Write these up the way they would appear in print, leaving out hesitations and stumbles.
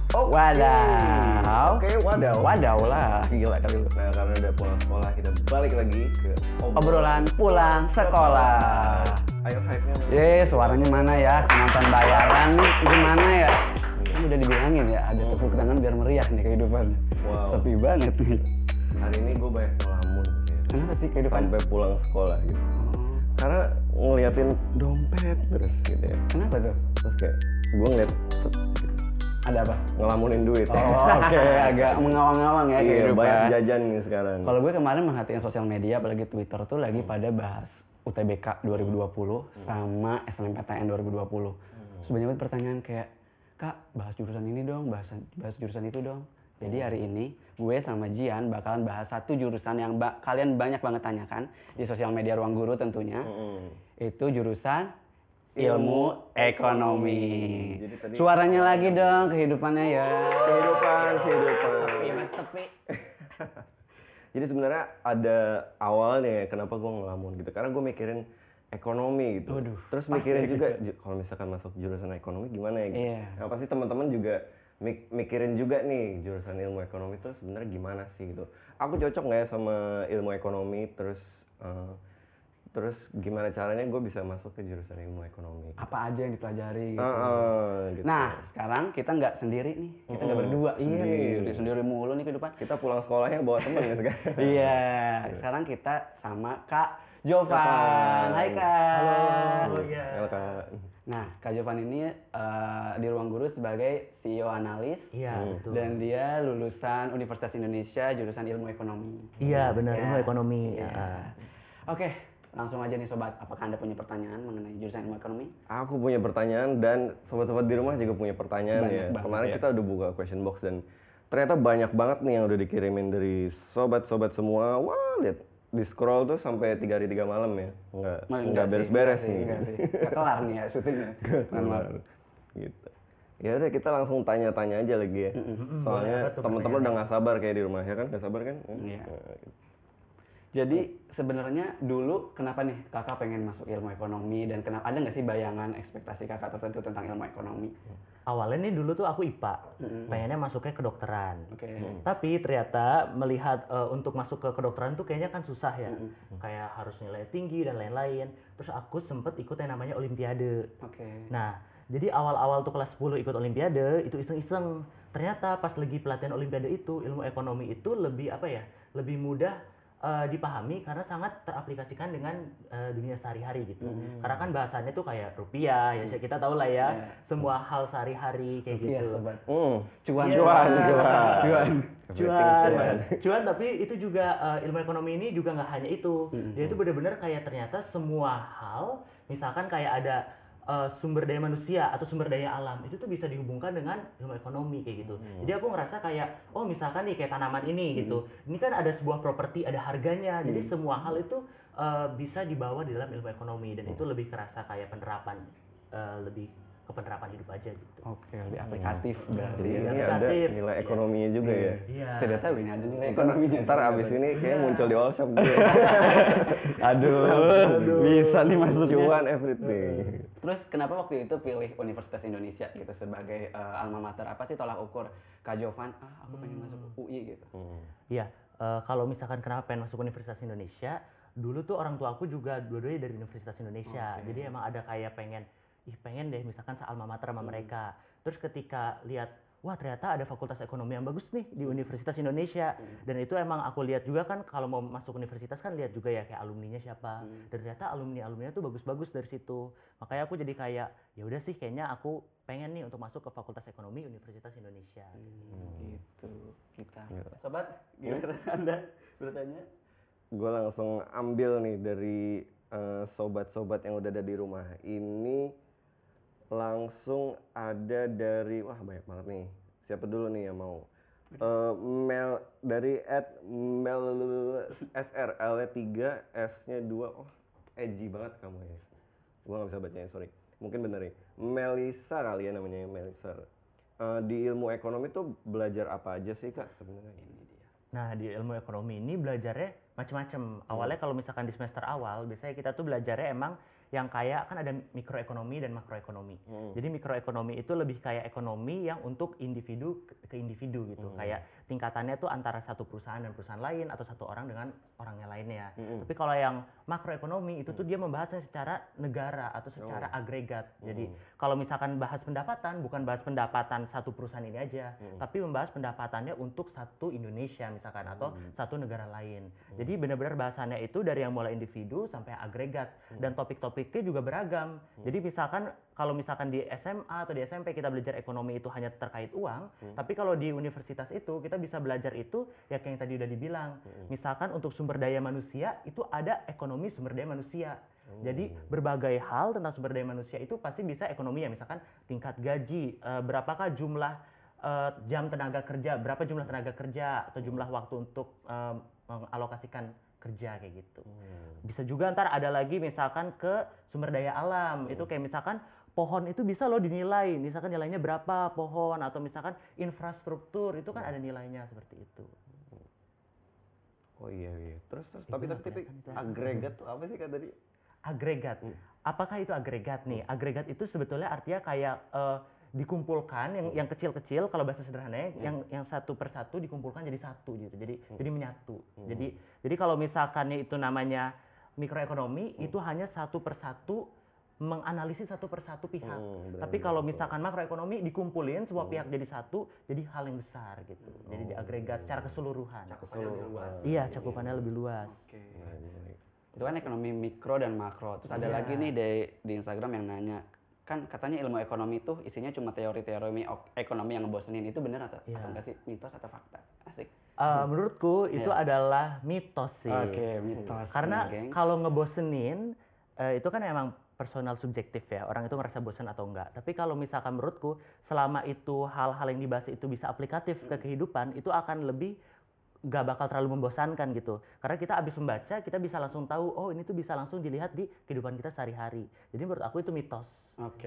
Wadaw. Oke, wadaw. Wadaw lah, gila kali lu. Nah, karena udah pulang sekolah, kita balik lagi ke Obrolan pulang sekolah. Ayo hype-nya. Suaranya mana ya? Penonton bayaran nih gimana ya? Kan udah dibilangin ya, ada tepuk tangan biar meriah nih kehidupannya. Wow. Sepi banget nih. Hari ini gue banyak ngelamun sih. Kenapa sih kehidupan? Sampai pulang sekolah gitu. Karena ngeliatin dompet terus gitu ya. Kenapa tuh? Terus kayak gue ngeliat Ada apa? ngelamunin duit. Oke, agak mengawang-awang ya Iya, kehidupan. banyak jajan nih sekarang. Kalau gue kemarin merhatiin sosial media, apalagi Twitter tuh lagi pada bahas UTBK 2020 sama SNMPTN 2020. Sebanyak banget pertanyaan kayak, Kak, bahas jurusan ini dong, bahas jurusan itu dong. Jadi hari ini gue sama Jian bakalan bahas satu jurusan yang kalian banyak banget tanyakan di sosial media Ruang Guru tentunya. Itu jurusan ilmu ekonomi. Jadi tadi Suaranya lagi dong, kehidupannya ya. kehidupan. Sepi. Jadi sebenarnya ada awalnya ya kenapa gue ngelamun gitu. Karena gue mikirin ekonomi gitu. Waduh, Terus mikirin juga kalau misalkan masuk jurusan ekonomi gimana ya gitu. Iya. Nah, pasti teman-teman juga mikirin juga nih jurusan ilmu ekonomi itu sebenarnya gimana sih gitu. Aku cocok nggak ya sama ilmu ekonomi terus gimana caranya gue bisa masuk ke jurusan ilmu ekonomi. Apa aja yang dipelajari gitu. Gitu. Nah, sekarang kita nggak sendiri nih. Kita nggak berdua sendiri mulu nih kehidupan. Kita pulang sekolahnya bawa temen ya sekarang. Iya, sekarang kita sama Kak Jovan. Hai Kak. Halo Kak. Nah, Kak Jovan ini di Ruang Guru sebagai CEO analis. Iya, betul. Dan dia lulusan Universitas Indonesia jurusan ilmu ekonomi. Iya, benar, ilmu ekonomi. Oke, langsung aja nih sobat. Apakah Anda punya pertanyaan mengenai jurusan ilmu ekonomi? Aku punya pertanyaan dan sobat-sobat di rumah juga punya pertanyaan Banyak ya. banget, Kemarin ya. kita udah buka question box dan ternyata banyak banget nih yang udah dikirimin dari sobat-sobat semua. Wah, lihat di scroll tuh sampai 3 hari 3 malam ya. Enggak beres-beres nih. Enggak sih. Nggak kelar nih ya syutingnya. Kelar. Gitu. Ya udah kita langsung tanya-tanya aja lagi ya. Soalnya teman-teman udah nggak sabar kayak di rumah ya kan? Nggak sabar kan? Iya. Jadi sebenarnya dulu kenapa nih kakak pengen masuk ilmu ekonomi dan kenapa ada nggak sih bayangan ekspektasi kakak tertentu tentang ilmu ekonomi? Awalnya nih dulu tuh aku IPA, pengennya masuknya kedokteran. Oke. Tapi ternyata melihat untuk masuk ke kedokteran tuh kayaknya kan susah ya. Kayak harus nilai tinggi dan lain-lain. Terus aku sempet ikut yang namanya Olimpiade. Oke. Nah, jadi awal-awal tuh kelas 10 ikut Olimpiade, itu iseng-iseng. Ternyata pas lagi pelatihan Olimpiade itu, ilmu ekonomi itu lebih lebih mudah dipahami karena sangat teraplikasikan dengan dunia sehari-hari gitu. Karena kan bahasannya tuh kayak rupiah, ya kita tahu lah ya, semua hal sehari-hari kayak Iya gitu. sobat. Cuan. Cuan, tapi itu juga ilmu ekonomi ini juga nggak hanya itu. Dia itu benar-benar kayak ternyata semua hal, misalkan kayak ada sumber daya manusia atau sumber daya alam itu tuh bisa dihubungkan dengan ilmu ekonomi kayak gitu. Jadi aku ngerasa kayak misalkan nih kayak tanaman ini gitu. Ini kan ada sebuah properti, ada harganya. Jadi semua hal itu bisa dibawa di dalam ilmu ekonomi dan itu lebih kerasa kayak penerapan lebih ke penerapan hidup aja gitu. Oke, lebih aplikatif berarti. Jadi Ya. ini ada nilai ekonominya juga ya. Iya. Tidak tahu ini ada nilai ekonominya. Ntar abis ini kayak muncul di all shop gitu. Aduh, bisa nih masuknya. Cuan everything. Terus kenapa waktu itu pilih Universitas Indonesia gitu sebagai alma mater? Apa sih tolak ukur Kak Jovan? Aku pengen masuk UI gitu. Iya, kalau misalkan kenapa pengen masuk Universitas Indonesia, dulu tuh orang tua aku juga dua-duanya dari Universitas Indonesia. Jadi emang ada kayak pengen deh misalkan se-alma mater sama mereka. Terus ketika lihat, wah ternyata ada fakultas ekonomi yang bagus nih di Universitas Indonesia. Dan itu emang aku lihat juga kan kalau mau masuk universitas kan lihat juga ya kayak alumninya siapa. Dan ternyata alumninya tuh bagus-bagus dari situ. Makanya aku jadi kayak, ya udah sih kayaknya aku pengen nih untuk masuk ke Fakultas Ekonomi Universitas Indonesia. Gitu kita. Sobat, giliran Anda bertanya? Gue langsung ambil nih dari sobat-sobat yang udah ada di rumah. Ini langsung ada dari, wah banyak banget nih. Siapa dulu nih yang mau? Mel dari @mel SR L-nya 3 S-nya 2. Oh, edgy banget kamu ya. Gua nggak bisa bacanya, sorry. Mungkin bener ya. Melisa kali ya namanya, Melisa. Di ilmu ekonomi tuh belajar apa aja sih Kak sebenarnya? Nah, di ilmu ekonomi ini belajarnya macam-macam. Awalnya kalau misalkan di semester awal, biasanya kita tuh belajarnya emang yang kayak kan ada mikroekonomi dan makroekonomi. Jadi mikroekonomi itu lebih kayak ekonomi yang untuk individu ke individu gitu. Kayak tingkatannya tuh antara satu perusahaan dan perusahaan lain atau satu orang dengan orangnya lainnya. Tapi kalau yang makroekonomi itu tuh dia membahasnya secara negara atau secara agregat. Jadi kalau misalkan bahas pendapatan, bukan bahas pendapatan satu perusahaan ini aja, tapi membahas pendapatannya untuk satu Indonesia misalkan atau satu negara lain. Jadi benar-benar bahasannya itu dari yang mulai individu sampai agregat dan topik-topiknya juga beragam. Jadi misalkan kalau misalkan di SMA atau di SMP kita belajar ekonomi itu hanya terkait uang, tapi kalau di universitas itu kita bisa belajar itu ya kayak yang tadi udah dibilang. Misalkan untuk sumber daya manusia itu ada ekonomi sumber daya manusia. Jadi berbagai hal tentang sumber daya manusia itu pasti bisa ekonomi ya, misalkan tingkat gaji, berapakah jumlah jam tenaga kerja, berapa jumlah tenaga kerja atau jumlah waktu untuk mengalokasikan kerja kayak gitu. Bisa juga ntar ada lagi misalkan ke sumber daya alam, itu kayak misalkan pohon itu bisa loh dinilai, misalkan nilainya berapa pohon atau misalkan infrastruktur itu kan ada nilainya seperti itu. Oh iya. Terus tapi agregat tuh apa sih Kak tadi? Agregat. Apakah itu agregat nih? Agregat itu sebetulnya artinya kayak dikumpulkan yang kecil-kecil kalau bahasa sederhananya yang satu persatu dikumpulkan jadi satu gitu. Jadi menyatu. Jadi kalau misalkannya itu namanya mikroekonomi itu hanya satu persatu menganalisis satu persatu pihak. Tapi kalau misalkan makroekonomi dikumpulin semua pihak jadi satu, jadi hal yang besar gitu. Jadi diagregat secara keseluruhan. Cakupannya lebih luas. Iya, cakupannya lebih luas. Oke. Itu kan ekonomi mikro dan makro. Terus ada lagi nih di Instagram yang nanya, kan katanya ilmu ekonomi itu isinya cuma teori-teori ekonomi yang ngebosenin. Itu benar atau enggak sih? Mitos atau fakta? Asik. Menurutku itu adalah mitos sih. Oke, mitos. Karena gengs. kalau ngebosenin itu kan emang personal subjektif ya. Orang itu merasa bosan atau enggak. Tapi kalau misalkan menurutku selama itu hal-hal yang dibahas itu bisa aplikatif ke kehidupan, itu akan lebih gak bakal terlalu membosankan gitu. Karena kita abis membaca, kita bisa langsung tahu, oh ini tuh bisa langsung dilihat di kehidupan kita sehari-hari. Jadi menurut aku itu mitos. Oke.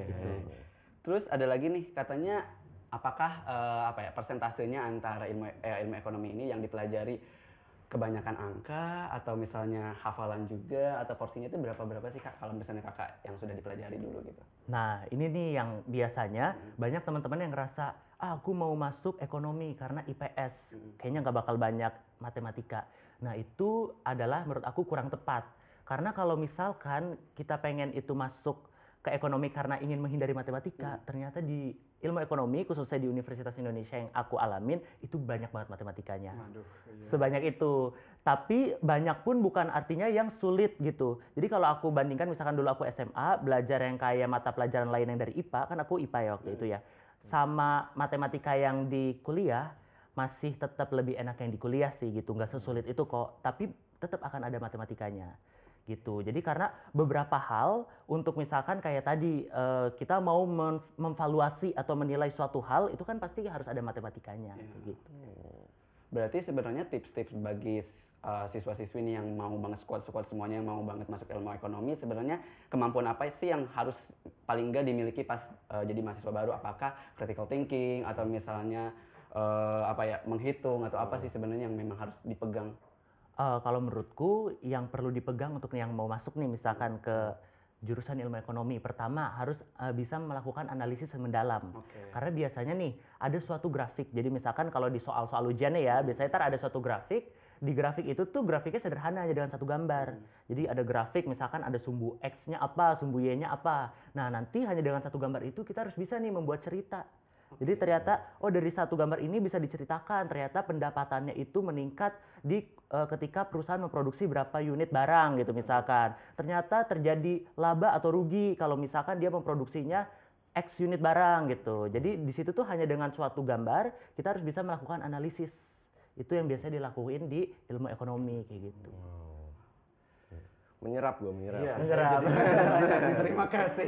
Terus ada lagi nih, katanya apakah persentasenya antara ilmu ekonomi ini yang dipelajari kebanyakan angka atau misalnya hafalan juga atau porsinya itu berapa sih Kak kalau misalnya Kakak yang sudah dipelajari dulu gitu? Nah, ini nih yang biasanya banyak teman-teman yang ngerasa, aku mau masuk ekonomi karena IPS, kayaknya nggak bakal banyak matematika. Nah, itu adalah menurut aku kurang tepat. Karena kalau misalkan kita pengen itu masuk ke ekonomi karena ingin menghindari matematika, ternyata di ilmu ekonomi, khususnya di Universitas Indonesia yang aku alamin, itu banyak banget matematikanya. Waduh, iya. Sebanyak itu. Tapi banyak pun bukan artinya yang sulit gitu. Jadi kalau aku bandingkan, misalkan dulu aku SMA, belajar yang kayak mata pelajaran lain yang dari IPA, kan aku IPA ya waktu itu ya. Sama matematika yang di kuliah, masih tetap lebih enak yang di kuliah sih gitu. Nggak sesulit itu kok, tapi tetap akan ada matematikanya. Gitu. Jadi karena beberapa hal untuk misalkan kayak tadi kita mau memvaluasi atau menilai suatu hal itu kan pasti harus ada matematikanya gitu. Berarti sebenarnya tips-tips bagi siswa-siswi nih yang mau banget squad semuanya yang mau banget masuk ilmu ekonomi, sebenarnya kemampuan apa sih yang harus paling enggak dimiliki pas jadi mahasiswa baru? Apakah critical thinking atau misalnya menghitung atau apa sih sebenarnya yang memang harus dipegang? Kalau menurutku yang perlu dipegang untuk yang mau masuk nih misalkan ke jurusan ilmu ekonomi, pertama harus bisa melakukan analisis yang mendalam. Karena biasanya nih ada suatu grafik. Jadi misalkan kalau di soal-soal ujiannya ya, biasanya ada suatu grafik. Di grafik itu tuh grafiknya sederhana aja dengan satu gambar. Jadi ada grafik misalkan ada sumbu X-nya apa, sumbu Y-nya apa. Nah nanti hanya dengan satu gambar itu kita harus bisa nih membuat cerita. Jadi ternyata dari satu gambar ini bisa diceritakan ternyata pendapatannya itu meningkat ketika perusahaan memproduksi berapa unit barang gitu misalkan. Ternyata terjadi laba atau rugi kalau misalkan dia memproduksinya X unit barang gitu. Jadi di situ tuh hanya dengan suatu gambar kita harus bisa melakukan analisis. Itu yang biasanya dilakuin di ilmu ekonomi kayak gitu. Menyerap. Iya, Menyerap. Terima kasih.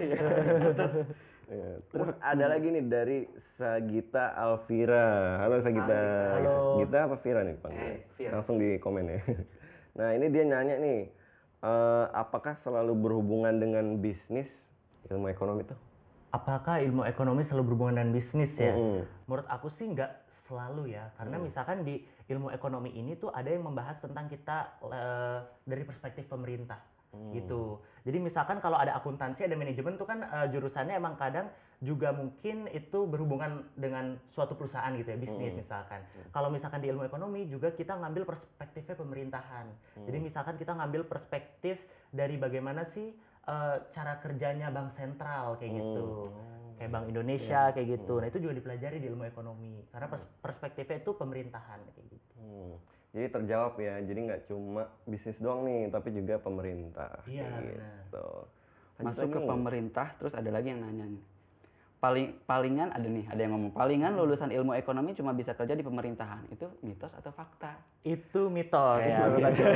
Terus ada lagi nih dari Sagita Alvira. Halo Sagita. Halo. Gita apa Vira nih panggilnya? Vira. Langsung di komen ya. Nah ini dia nanya nih, apakah selalu berhubungan dengan bisnis ilmu ekonomi itu? Apakah ilmu ekonomi selalu berhubungan dengan bisnis ya? Menurut aku sih nggak selalu ya. Karena misalkan di ilmu ekonomi ini tuh ada yang membahas tentang kita dari perspektif pemerintah. gitu. Jadi misalkan kalau ada akuntansi, ada manajemen tuh kan jurusannya emang kadang juga mungkin itu berhubungan dengan suatu perusahaan gitu ya, bisnis misalkan. Kalau misalkan di ilmu ekonomi juga kita ngambil perspektifnya pemerintahan. Jadi misalkan kita ngambil perspektif dari bagaimana sih cara kerjanya bank sentral kayak gitu. Kayak Bank Indonesia kayak gitu. Nah, itu juga dipelajari di ilmu ekonomi karena perspektifnya itu pemerintahan kayak gitu. Jadi terjawab ya, jadi nggak cuma bisnis doang nih, tapi juga pemerintah. Iya, kayak benar. gitu. Lanjut Masuk lagi ke nih. pemerintah, terus ada lagi yang nanya nih. Palingan ada nih, ada yang ngomong palingan lulusan ilmu ekonomi cuma bisa kerja di pemerintahan. Itu mitos atau fakta? Itu mitos. Ya,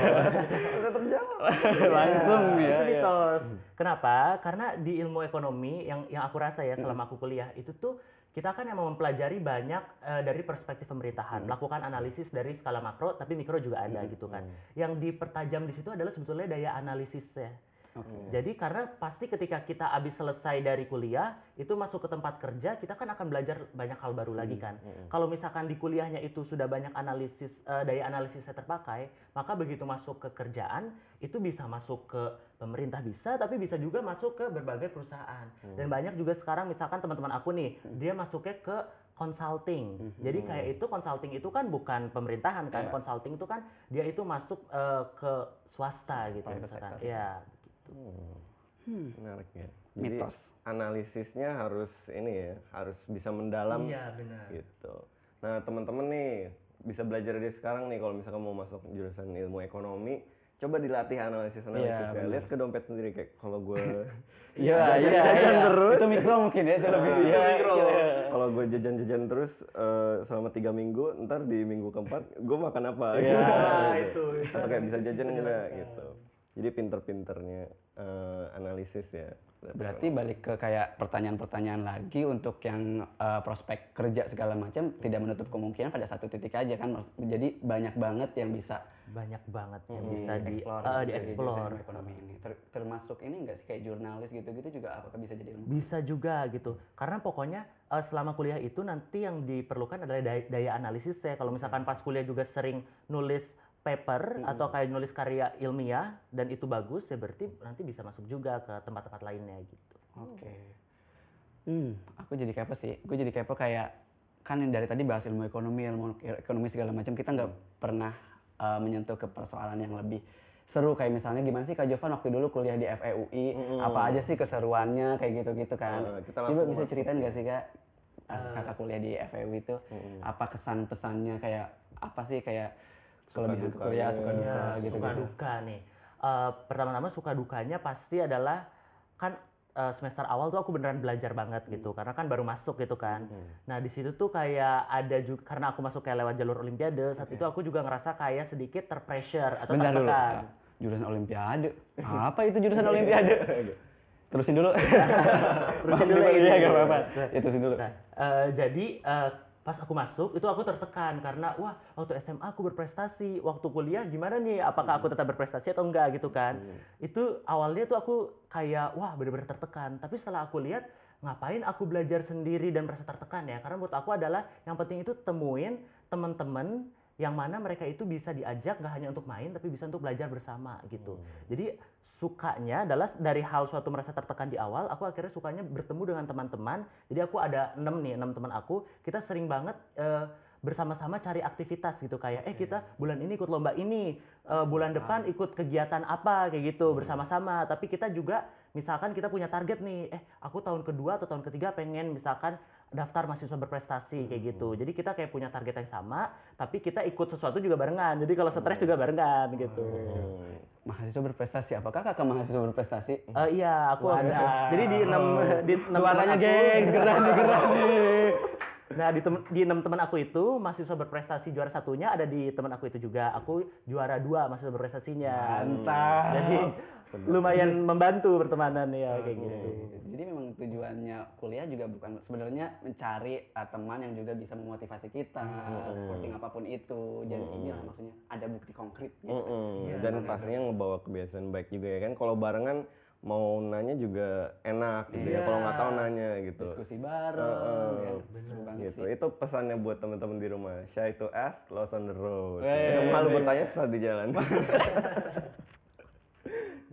Udah terjawab. langsung ya. Itu mitos. Kenapa? Karena di ilmu ekonomi yang aku rasa ya selama aku kuliah itu tuh kita kan yang mempelajari banyak dari perspektif pemerintahan, melakukan analisis dari skala makro tapi mikro juga ada gitu kan. Yang dipertajam di situ adalah sebetulnya daya analisisnya. Jadi karena pasti ketika kita habis selesai dari kuliah itu masuk ke tempat kerja kita kan akan belajar banyak hal baru lagi kan. Kalau misalkan di kuliahnya itu sudah banyak analisis daya analisisnya terpakai, maka begitu masuk ke kerjaan itu bisa masuk ke pemerintah bisa, tapi bisa juga masuk ke berbagai perusahaan. Dan banyak juga sekarang misalkan teman-teman aku nih dia masuknya ke consulting. Jadi kayak itu consulting itu kan bukan pemerintahan kan, consulting itu kan dia itu masuk ke swasta gitu misalkan. Ya. Menarik ya. Jadi Mitos. analisisnya harus ini ya, harus bisa mendalam Iya benar. gitu. Nah teman-teman nih bisa belajar dari sekarang nih kalau misalkan mau masuk jurusan ilmu ekonomi, coba dilatih analisisnya. Iya, Lihat ke dompet sendiri kayak kalau gue Iya. Itu mikro mungkin ya, itu lebih mikro. kalau gue jajan-jajan terus selama 3 minggu, ntar di minggu keempat gue makan apa? itu. Atau kayak bisa jajan enggak gitu. Jadi pinter-pinternya analisis ya. Berarti balik ke kayak pertanyaan-pertanyaan lagi untuk yang prospek kerja segala macam tidak menutup kemungkinan pada satu titik aja kan. Jadi banyak banget yang bisa Banyak banget yang bisa dari dieksplor. jurusan ilmu ekonomi ini. Termasuk ini enggak sih kayak jurnalis gitu-gitu juga apakah bisa jadi ilmu? Bisa juga gitu. Karena pokoknya selama kuliah itu nanti yang diperlukan adalah daya analisis ya. Kalau misalkan pas kuliah juga sering nulis paper atau kayak nulis karya ilmiah dan itu bagus ya berarti nanti bisa masuk juga ke tempat-tempat lainnya gitu. Oke. Aku jadi kepo sih. Gue jadi kepo kayak kan yang dari tadi bahas ilmu ekonomi segala macam kita nggak pernah menyentuh ke persoalan yang lebih seru kayak misalnya gimana sih Kak Jovan waktu dulu kuliah di FEUI apa aja sih keseruannya kayak gitu-gitu kan. Kita Coba langsung bisa masuk ceritain nggak sih Kak pas Kakak kuliah di FEUI itu apa kesan-pesannya kayak apa sih kayak kelebihan kuliah suka duka gitu Suka duka nih. Pertama-tama suka dukanya pasti adalah kan semester awal tuh aku beneran belajar banget gitu karena kan baru masuk gitu kan. Nah di situ tuh kayak ada juga karena aku masuk kayak lewat jalur olimpiade saat itu aku juga ngerasa kayak sedikit terpressure atau Bentar dulu tertekan. jurusan olimpiade apa itu jurusan olimpiade terusin dulu Terusin dulu ya ini. nggak apa-apa ya terusin dulu. Nah, jadi pas aku masuk itu aku tertekan karena wah waktu SMA aku berprestasi, waktu kuliah gimana nih? Apakah aku tetap berprestasi atau enggak gitu kan? Itu awalnya tuh aku kayak wah benar-benar tertekan. Tapi setelah aku lihat ngapain aku belajar sendiri dan merasa tertekan ya? Karena menurut aku adalah yang penting itu temuin teman-teman yang mana mereka itu bisa diajak nggak hanya untuk main tapi bisa untuk belajar bersama gitu. Jadi sukanya adalah dari hal suatu merasa tertekan di awal, aku akhirnya sukanya bertemu dengan teman-teman. Jadi aku ada 6 teman aku, kita sering banget bersama-sama cari aktivitas gitu kayak kita bulan ini ikut lomba ini, bulan depan ikut kegiatan apa kayak gitu bersama-sama. Tapi kita juga misalkan kita punya target nih, aku tahun kedua atau tahun ketiga pengen misalkan daftar mahasiswa berprestasi kayak gitu. Jadi kita kayak punya target yang sama, tapi kita ikut sesuatu juga barengan. Jadi kalau stres juga barengan gitu. Mahasiswa berprestasi, apakah kakak mahasiswa berprestasi? Iya, aku ada. Jadi di 6 Suaranya gengs, gerak nih. Nah, di 6 teman aku itu mahasiswa berprestasi juara satunya ada di teman aku itu juga. Aku juara 2 mahasiswa berprestasinya. Mantap. Jadi lumayan membantu pertemanan ya kayak gitu. Jadi memang tujuannya kuliah juga bukan sebenarnya mencari teman yang juga bisa memotivasi kita, supporting apapun itu. Jadi inilah maksudnya ada bukti konkret gitu. Dan pastinya ngebawa kebiasaan baik juga ya kan. Kalau barengan mau nanya juga enak gitu ya. Kalau nggak tahu nanya gitu. Diskusi bareng, ya. Seru banget Gitu. sih. Itu pesannya buat teman-teman di rumah. Shy to ask, lost on the road. Yang malu bertanya sesat di jalan.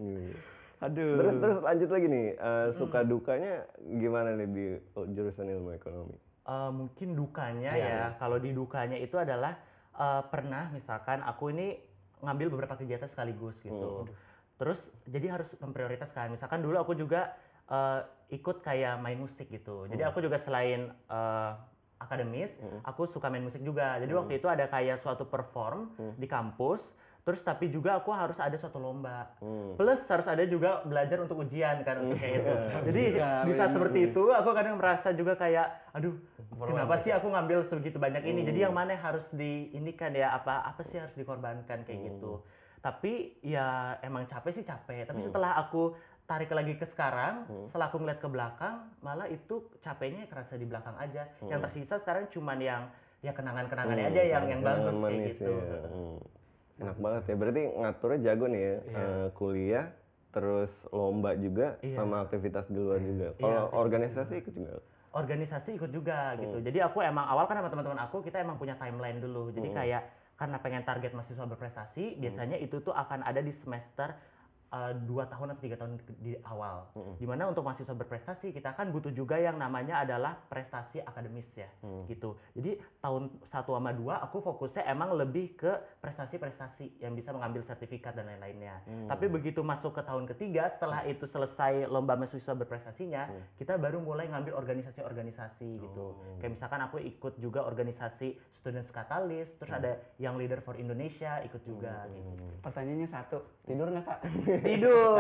Aduh. Terus lanjut lagi nih, suka dukanya gimana nih di jurusan ilmu ekonomi? Mungkin dukanya ya, kalau di dukanya itu adalah pernah misalkan aku ini ngambil beberapa kegiatan sekaligus gitu. Terus jadi harus memprioritaskan. Misalkan dulu aku juga ikut kayak main musik gitu. Jadi aku juga selain akademis, aku suka main musik juga. Jadi waktu itu ada kayak suatu perform di kampus. Terus tapi juga aku harus ada suatu lomba. Plus harus ada juga belajar untuk ujian kan untuk kayak itu. Jadi di saat seperti itu aku kadang merasa juga kayak aduh, kenapa sih aku ngambil segitu banyak ini? Jadi yang mana harus diinikan ya, apa sih harus dikorbankan kayak gitu. Tapi ya emang capek sih capek. Tapi setelah aku tarik lagi ke sekarang, setelah aku ngeliat ke belakang, malah itu capeknya kerasa di belakang aja. Yang tersisa sekarang cuman yang ya kenangan-kenangannya aja yang bagus kayak gitu. Ya. Enak banget ya, berarti ngaturnya jago nih ya, kuliah, terus lomba juga, sama aktivitas di luar juga. Kalau organisasi ikut juga? Organisasi ikut juga gitu. Jadi aku emang awal kan sama teman-teman aku, kita emang punya timeline dulu. Jadi kayak karena pengen target mahasiswa berprestasi, biasanya itu tuh akan ada di semester 2 tahun atau 3 tahun di awal. Dimana untuk mahasiswa berprestasi kita kan butuh juga yang namanya adalah prestasi akademis ya, gitu. Jadi tahun 1 sama 2 aku fokusnya emang lebih ke prestasi-prestasi yang bisa mengambil sertifikat dan lain-lainnya. Tapi begitu masuk ke tahun ketiga, setelah itu selesai lomba mahasiswa berprestasinya, kita baru mulai ngambil organisasi-organisasi gitu. Kayak misalkan aku ikut juga organisasi Students Catalyst, terus ada Young Leader for Indonesia ikut juga gitu. Pertanyaannya satu, tidur nggak Kak? Tidur.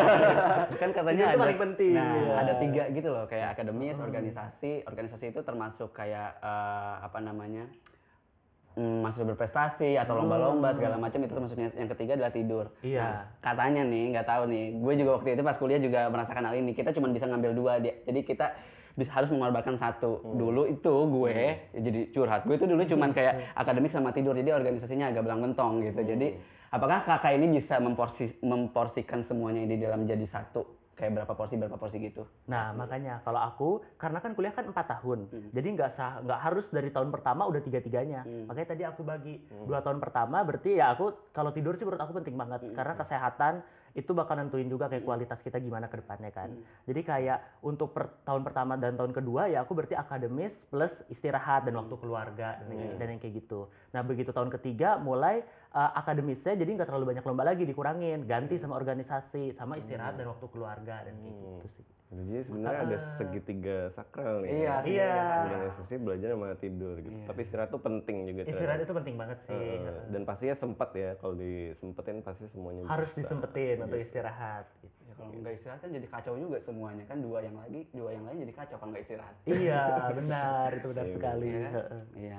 Kan katanya Itu ada paling penting. Nah, ada 3 gitu loh, kayak akademis, organisasi itu termasuk kayak apa namanya? Mahasiswa berprestasi atau lomba-lomba segala macam, itu termasuknya. Yang ketiga adalah tidur. Iya. Nah, katanya nih, nggak tahu nih. Gue juga waktu itu pas kuliah juga merasakan hal ini. Kita cuma bisa ngambil 2, jadi kita harus mengorbankan 1. Dulu itu gue jadi curhat. Gue itu dulu cuman kayak akademik sama tidur. Jadi organisasinya agak belang bentong gitu. Jadi apakah kakak ini bisa memporsikan semuanya di dalam jadi 1? Kayak berapa porsi gitu? Nah, makanya kalau aku, karena kan kuliah kan 4 tahun, jadi nggak harus dari tahun pertama udah 3-3-nya. Makanya tadi aku bagi 2 tahun pertama, berarti ya aku kalau tidur sih menurut aku penting banget, karena kesehatan itu bakal nentuin juga kayak kualitas kita gimana ke depannya kan. Jadi kayak untuk tahun pertama dan tahun kedua ya aku berarti akademis plus istirahat dan waktu keluarga dan yang kayak gitu. Nah begitu tahun ketiga mulai akademisnya jadi nggak terlalu banyak lomba lagi, dikurangin, ganti sama organisasi, sama istirahat dan waktu keluarga dan kayak gitu sih. Jadi sebenarnya ada segitiga sakral nih. Iya, Organisasi, belajar sama tidur gitu. Tapi istirahat tuh penting juga. Istirahat itu penting banget sih. Dan pastinya sempat ya, kalau disempetin pasti semuanya harus bisa. disempetin untuk istirahat. Gitu. Ya, kalau nggak istirahat kan jadi kacau juga semuanya kan, dua yang lain jadi kacau kalau nggak istirahat. Iya benar, itu benar sekali. Iya. Iya.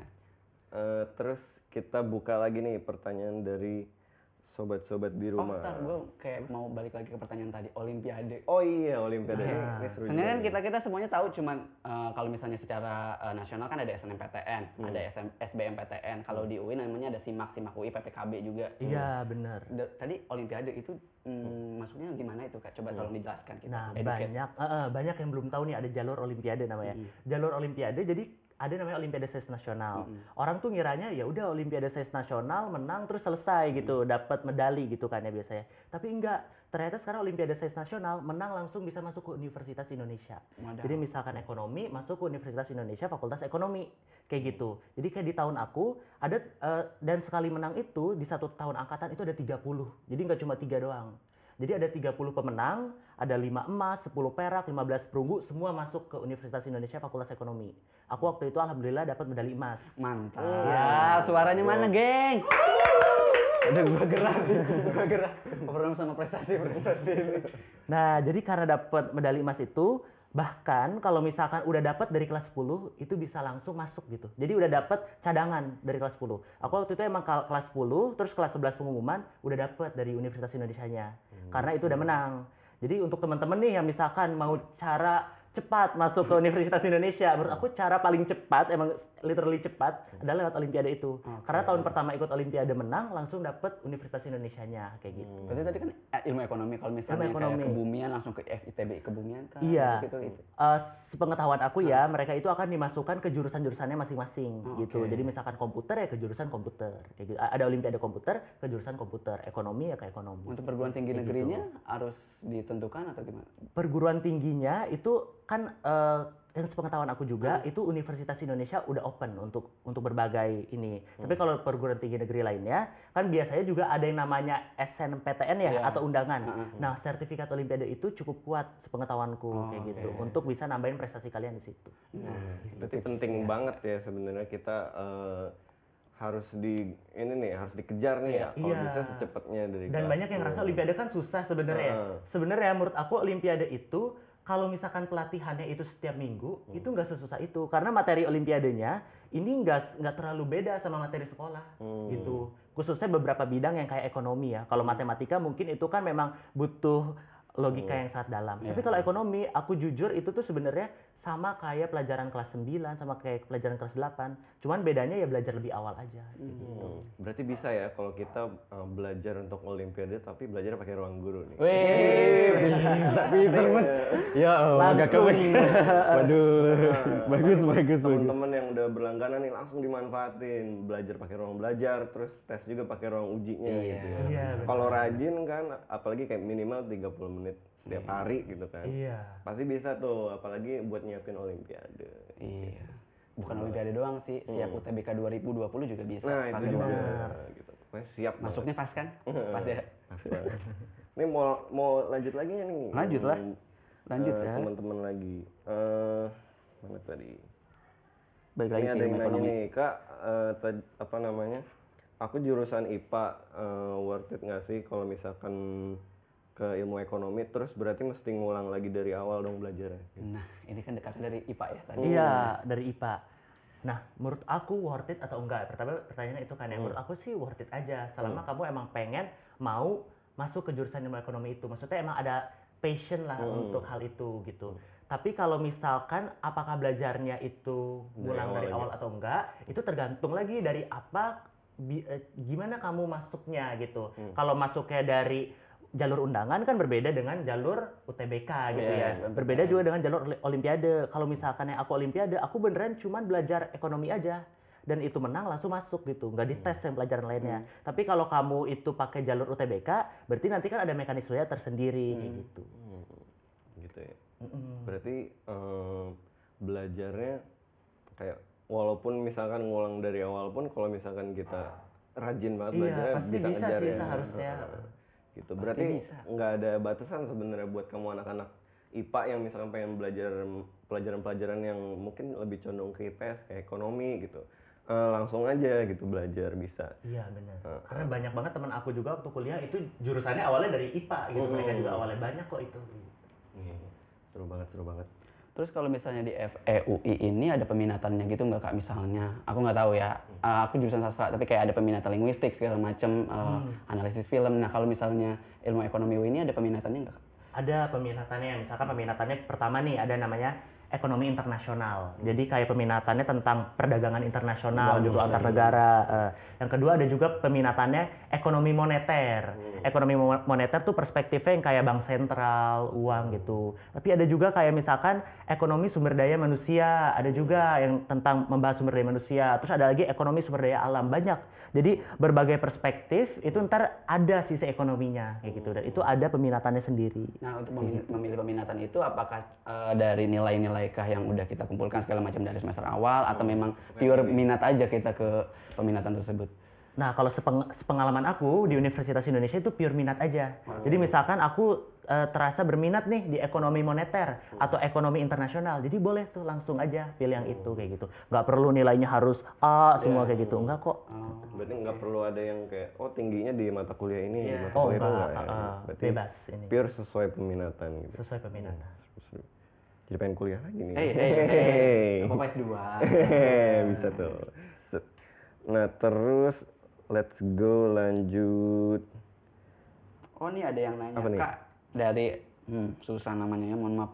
Terus kita buka lagi nih pertanyaan dari sobat-sobat di rumah. Ntar gue kayak mau balik lagi ke pertanyaan tadi, Olimpiade. Oh iya, Olimpiade. Ini seru Sebenarnya juga kan kita semuanya tahu, cuman kalau misalnya secara nasional kan ada SNMPTN, ada SBMPTN. Kalau di UI namanya ada SIMAK UI, PPKB juga. Iya benar. Tadi Olimpiade itu maksudnya gimana itu Kak? Coba tolong dijelaskan kita. Nah banyak yang belum tahu nih ada jalur Olimpiade namanya. Jalur Olimpiade jadi ada namanya Olimpiade Sains Nasional. Orang tuh ngiranya ya udah Olimpiade Sains Nasional menang terus selesai gitu, dapat medali gitu kan ya biasanya. Tapi enggak, ternyata sekarang Olimpiade Sains Nasional menang langsung bisa masuk ke Universitas Indonesia. Jadi misalkan ekonomi masuk ke Universitas Indonesia Fakultas Ekonomi kayak gitu. Jadi kayak di tahun aku ada dan sekali menang itu di 1 tahun angkatan itu ada 30. Jadi nggak cuma 3 doang. Jadi ada 30 pemenang, ada 5 emas, 10 perak, 15 perunggu, semua masuk ke Universitas Indonesia Fakultas Ekonomi. Aku waktu itu alhamdulillah dapat medali emas. Mantap. Ya, suaranya mana, geng? Udah gua gerah. Overwhelmed sama prestasi ini. Nah, jadi karena dapat medali emas itu, bahkan kalau misalkan udah dapat dari kelas 10 itu bisa langsung masuk gitu. Jadi udah dapat cadangan dari kelas 10. Aku waktu itu emang kelas 10 terus kelas 11 pengumuman udah dapat dari Universitas Indonesianya. Karena itu udah menang. Jadi untuk teman-teman nih yang misalkan mau cepat masuk ke Universitas Indonesia. Menurut aku cara paling cepat, emang literally cepat, adalah lewat Olimpiade itu. Karena tahun pertama ikut Olimpiade menang, langsung dapet Universitas Indonesianya kayak gitu. Berarti tadi kan ilmu ekonomi, kalau misalnya Ilmu ekonomi. kayak kebumian langsung ke FITB kebumian kan? Iya. Gitu. Sepengetahuan aku ya, mereka itu akan dimasukkan ke jurusan-jurusannya masing-masing gitu. oke. Jadi misalkan komputer ya ke jurusan komputer. Kayak gitu. Ada Olimpiade komputer ke jurusan komputer, ekonomi ya ke ekonomi. Untuk perguruan tinggi negerinya harus ditentukan atau gimana? Perguruan tingginya itu kan yang sepengetahuan aku juga itu Universitas Indonesia udah open untuk berbagai ini. Tapi kalau perguruan tinggi negeri lainnya kan biasanya juga ada yang namanya SNPTN ya atau undangan. Nah, sertifikat Olimpiade itu cukup kuat sepengetahuanku kayak gitu untuk bisa nambahin prestasi kalian di situ. Berarti penting banget ya sebenarnya kita harus dikejar nih ya. Kalau bisa secepatnya dari Dan kelas banyak yang ngerasa Olimpiade kan susah sebenarnya. Sebenarnya menurut aku Olimpiade itu kalau misalkan pelatihannya itu setiap minggu, itu nggak sesusah itu. Karena materi Olimpiadenya ini nggak terlalu beda sama materi sekolah gitu. Khususnya beberapa bidang yang kayak ekonomi ya. Kalau matematika mungkin itu kan memang butuh logika yang sangat dalam. Tapi kalau ekonomi, aku jujur itu tuh sebenarnya sama kayak pelajaran kelas 9 sama kayak pelajaran kelas 8. Cuman bedanya ya belajar lebih awal aja gitu. Berarti bisa ya kalau kita belajar untuk Olimpiade tapi belajar pakai ruang guru nih. Bisa pinter banget. Ya Allah, agak kepikiran. Waduh, bagus. Teman-teman yang udah berlangganan nih langsung dimanfaatin, belajar pakai ruang belajar, terus tes juga pakai ruang ujinya gitu ya. Iya, Kalau rajin kan apalagi kayak minimal 30 menit setiap hari gitu kan. Iya. Pasti bisa tuh, apalagi buat nyiapin Olimpiade. Iya. Bukan Olimpiade doang sih, siap UTBK 2020 juga bisa. Nah, pakai itu juga ruang. gitu. Pokoknya siap banget. Masuknya pas kan? Pas ya. Pas banget. Ini mau lanjut lagi nggak nih? Lanjut lah. Lanjut ya. Teman-teman lagi. Mana tadi? Balik lagi Ini ke ada yang ilmu nanya ekonomi. nih, Kak, apa namanya? Aku jurusan IPA, worth it nggak sih kalau misalkan ke ilmu ekonomi, terus berarti mesti ngulang lagi dari awal dong belajarnya? Nah, ini kan dekat dari IPA ya tadi. Iya, dari IPA. Nah, menurut aku worth it atau enggak? Pertama pertanyaannya itu kan, yang menurut aku sih worth it aja. Selama kamu emang pengen mau masuk ke jurusan ilmu ekonomi itu. Maksudnya emang ada passion lah untuk hal itu gitu. Tapi kalau misalkan apakah belajarnya itu ngulang dari awal atau enggak, itu tergantung lagi dari apa, gimana kamu masuknya gitu. Kalau masuknya dari jalur undangan kan berbeda dengan jalur UTBK gitu ya. Berbeda juga dengan jalur Olimpiade. Kalau misalkan yang aku Olimpiade, aku beneran cuman belajar ekonomi aja. Dan itu menang langsung masuk gitu, nggak dites yang pelajaran lainnya. Tapi kalau kamu itu pakai jalur UTBK, berarti nanti kan ada mekanismenya tersendiri kayak gitu. Gitu ya. Berarti belajarnya kayak walaupun misalkan ngulang dari awal pun kalau misalkan kita rajin banget belajarnya pasti bisa bisa ngejar sih ya. seharusnya. Gitu. Berarti nggak ada batasan sebenarnya buat kamu anak-anak IPA yang misalkan pengen belajar pelajaran-pelajaran yang mungkin lebih condong ke IPS kayak ekonomi gitu. Langsung aja gitu belajar bisa. Iya benar. Karena banyak banget teman aku juga waktu kuliah itu jurusannya awalnya dari IPA gitu. Mereka juga awalnya banyak kok itu. Seru banget. Terus kalau misalnya di FEUI ini ada peminatannya gitu nggak Kak? Misalnya, aku nggak tahu ya, aku jurusan sastra tapi kayak ada peminatan linguistik segala macam, analisis film. Nah kalau misalnya ilmu ekonomi UI ini ada peminatannya nggak Kak? Ada peminatannya, misalkan peminatannya pertama nih ada namanya ekonomi internasional. Jadi kayak peminatannya tentang perdagangan internasional gitu antar negara. Yang kedua ada juga peminatannya ekonomi moneter. Ekonomi moneter tuh perspektifnya yang kayak bank sentral, uang gitu. Tapi ada juga kayak misalkan ekonomi sumber daya manusia, ada juga yang tentang membahas sumber daya manusia. Terus ada lagi ekonomi sumber daya alam, banyak. Jadi berbagai perspektif itu ntar ada sisi ekonominya kayak gitu. Dan itu ada peminatannya sendiri. Nah untuk memilih peminatan itu apakah dari nilai-nilai kah yang udah kita kumpulkan segala macam dari semester awal atau memang pure minat aja kita ke peminatan tersebut? Nah, kalau sepengalaman aku di Universitas Indonesia itu pure minat aja. Jadi misalkan aku terasa berminat nih di ekonomi moneter atau ekonomi internasional, jadi boleh tuh langsung aja pilih yang itu kayak gitu. Nggak perlu nilainya harus A semua kayak gitu, enggak kok. Berarti nggak perlu ada yang kayak tingginya di mata kuliah ini, di mata Oh kuliah itu enggak, nggak ya. Berarti bebas ini. pure sesuai peminatan gitu. Sesuai peminatan. Seru. Jadi pengen kuliah lagi nih. Apa S2? Bisa tuh. Nah terus let's go lanjut. Oh ini ada yang nanya Apa nih? Kak dari susah namanya ya, mohon maaf.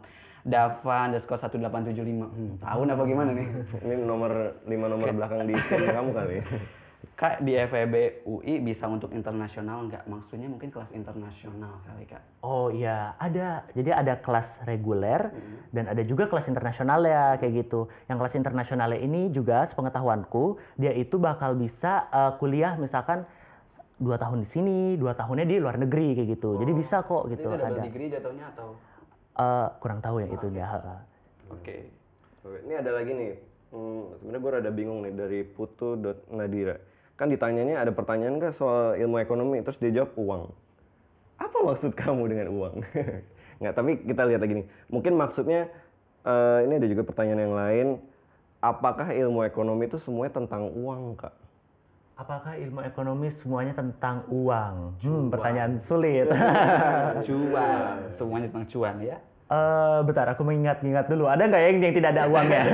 Dava_1875. Tahun apa gimana nih? Ini nomor 5 nomor belakang di SIM kamu kali. Kak, di FEB UI bisa untuk internasional nggak? Maksudnya mungkin kelas internasional kali, Kak. Oh iya, ada. Jadi ada kelas reguler dan ada juga kelas internasional ya kayak gitu. Yang kelas internasionalnya ini juga sepengetahuanku dia itu bakal bisa kuliah misalkan 2 tahun di sini, 2 tahunnya di luar negeri kayak gitu. Jadi bisa kok gitu. Itu double Ada. degree jatuhnya atau? Kurang tahu ya itunya. Oke. Oke, ini ada lagi nih. Sebenarnya gue rada bingung nih dari putu.nadira. Kan ditanyanya ada pertanyaan nggak soal ilmu ekonomi, terus dia jawab uang. Apa maksud kamu dengan uang? Nggak, tapi kita lihat lagi nih. Mungkin maksudnya, ini ada juga pertanyaan yang lain. Apakah ilmu ekonomi itu semuanya tentang uang, Kak? Apakah ilmu ekonomi semuanya tentang uang? Pertanyaan sulit. Cuan, semuanya tentang cuan ya. Bentar, aku mengingat-ingat dulu. Ada nggak yang tidak ada uangnya?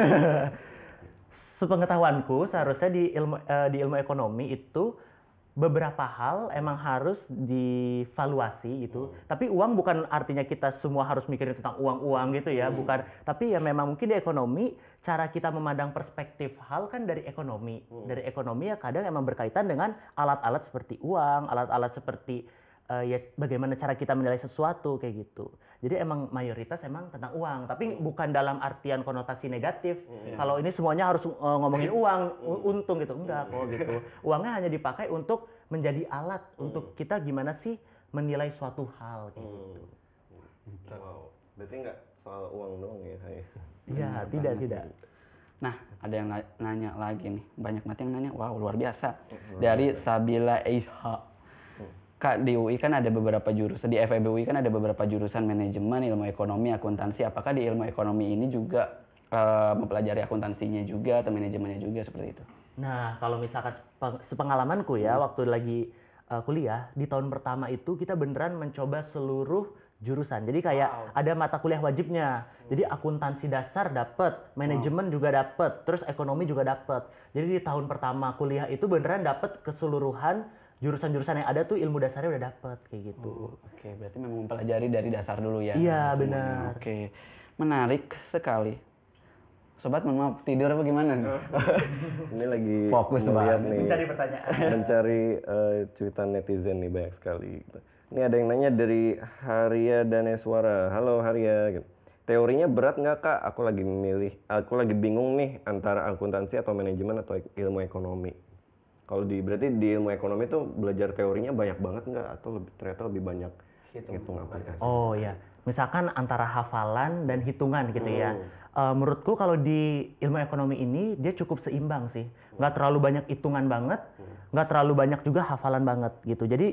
Sepengetahuanku, seharusnya di ilmu ekonomi itu beberapa hal emang harus divaluasi gitu. Tapi uang bukan artinya kita semua harus mikirin tentang uang-uang gitu ya, bukan. Tapi ya memang mungkin di ekonomi cara kita memandang perspektif hal kan dari ekonomi. Dari ekonomi ya kadang emang berkaitan dengan alat-alat seperti uang, alat-alat seperti ya bagaimana cara kita menilai sesuatu kayak gitu. Jadi emang mayoritas emang tentang uang, tapi bukan dalam artian konotasi negatif. Kalau ini semuanya harus ngomongin uang, untung gitu, enggak kok gitu. Uangnya hanya dipakai untuk menjadi alat untuk kita gimana sih menilai suatu hal kayak gitu. Wow, berarti nggak soal uang doang ya? Iya, tidak. Nah, ada yang nanya lagi nih. Banyak banget yang nanya. Wow, luar biasa. Dari Sabila Eisha. Kak, di UI kan ada beberapa jurusan, di FEB UI kan ada beberapa jurusan manajemen, ilmu ekonomi, akuntansi. Apakah di ilmu ekonomi ini juga mempelajari akuntansinya juga atau manajemennya juga seperti itu? Nah, kalau misalkan sepengalamanku ya, waktu lagi kuliah, di tahun pertama itu kita beneran mencoba seluruh jurusan. Jadi kayak ada mata kuliah wajibnya. Jadi akuntansi dasar dapet, manajemen juga dapet, terus ekonomi juga dapet. Jadi di tahun pertama kuliah itu beneran dapet keseluruhan jurusan-jurusan yang ada tuh ilmu dasarnya udah dapet kayak gitu. Oke, berarti memang mempelajari dari dasar dulu ya. Iya, semuanya. benar. Oke, menarik sekali. Sobat, mohon maaf, tidur apa gimana nih? Ini lagi Fokus melihat banget. nih. Mencari pertanyaan. Mencari cuitan netizen nih banyak sekali. Ini ada yang nanya dari Haria Daneswara. Halo Haria. Teorinya berat nggak Kak? Aku lagi bingung nih antara akuntansi atau manajemen atau ilmu ekonomi. Kalau berarti di ilmu ekonomi tuh belajar teorinya banyak banget nggak? Atau ternyata lebih banyak hitung aplikasi? Oh ya, misalkan antara hafalan dan hitungan gitu ya. Menurutku kalau di ilmu ekonomi ini dia cukup seimbang sih. Nggak terlalu banyak hitungan banget, nggak terlalu banyak juga hafalan banget gitu. Jadi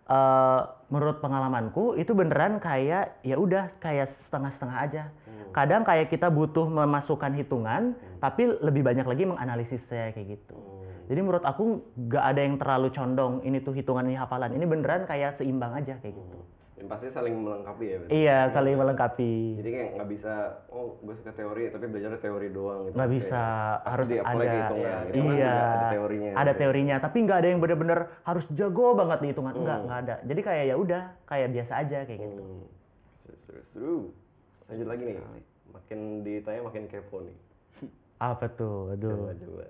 menurut pengalamanku itu beneran kayak ya udah kayak setengah-setengah aja. Kadang kayak kita butuh memasukkan hitungan, tapi lebih banyak lagi menganalisisnya kayak gitu. Jadi menurut aku nggak ada yang terlalu condong ini tuh hitungan ini hafalan. Ini beneran kayak seimbang aja kayak gitu. Yang pasti saling melengkapi ya? Iya, saling melengkapi. Jadi kayak nggak bisa, oh gue suka teori tapi belajar teori doang gitu. Nggak bisa, Pasti harus di-apply ada. ke hitungan. Hitungan Iya, juga ada teorinya. ada teorinya. Tapi nggak ada yang bener-bener harus jago banget di hitungan. Nggak ada. Jadi kayak ya udah, kayak biasa aja kayak gitu. Seru. Lanjut lagi nih. Makin ditanya makin kepo nih. Apa tuh? Aduh. Coba.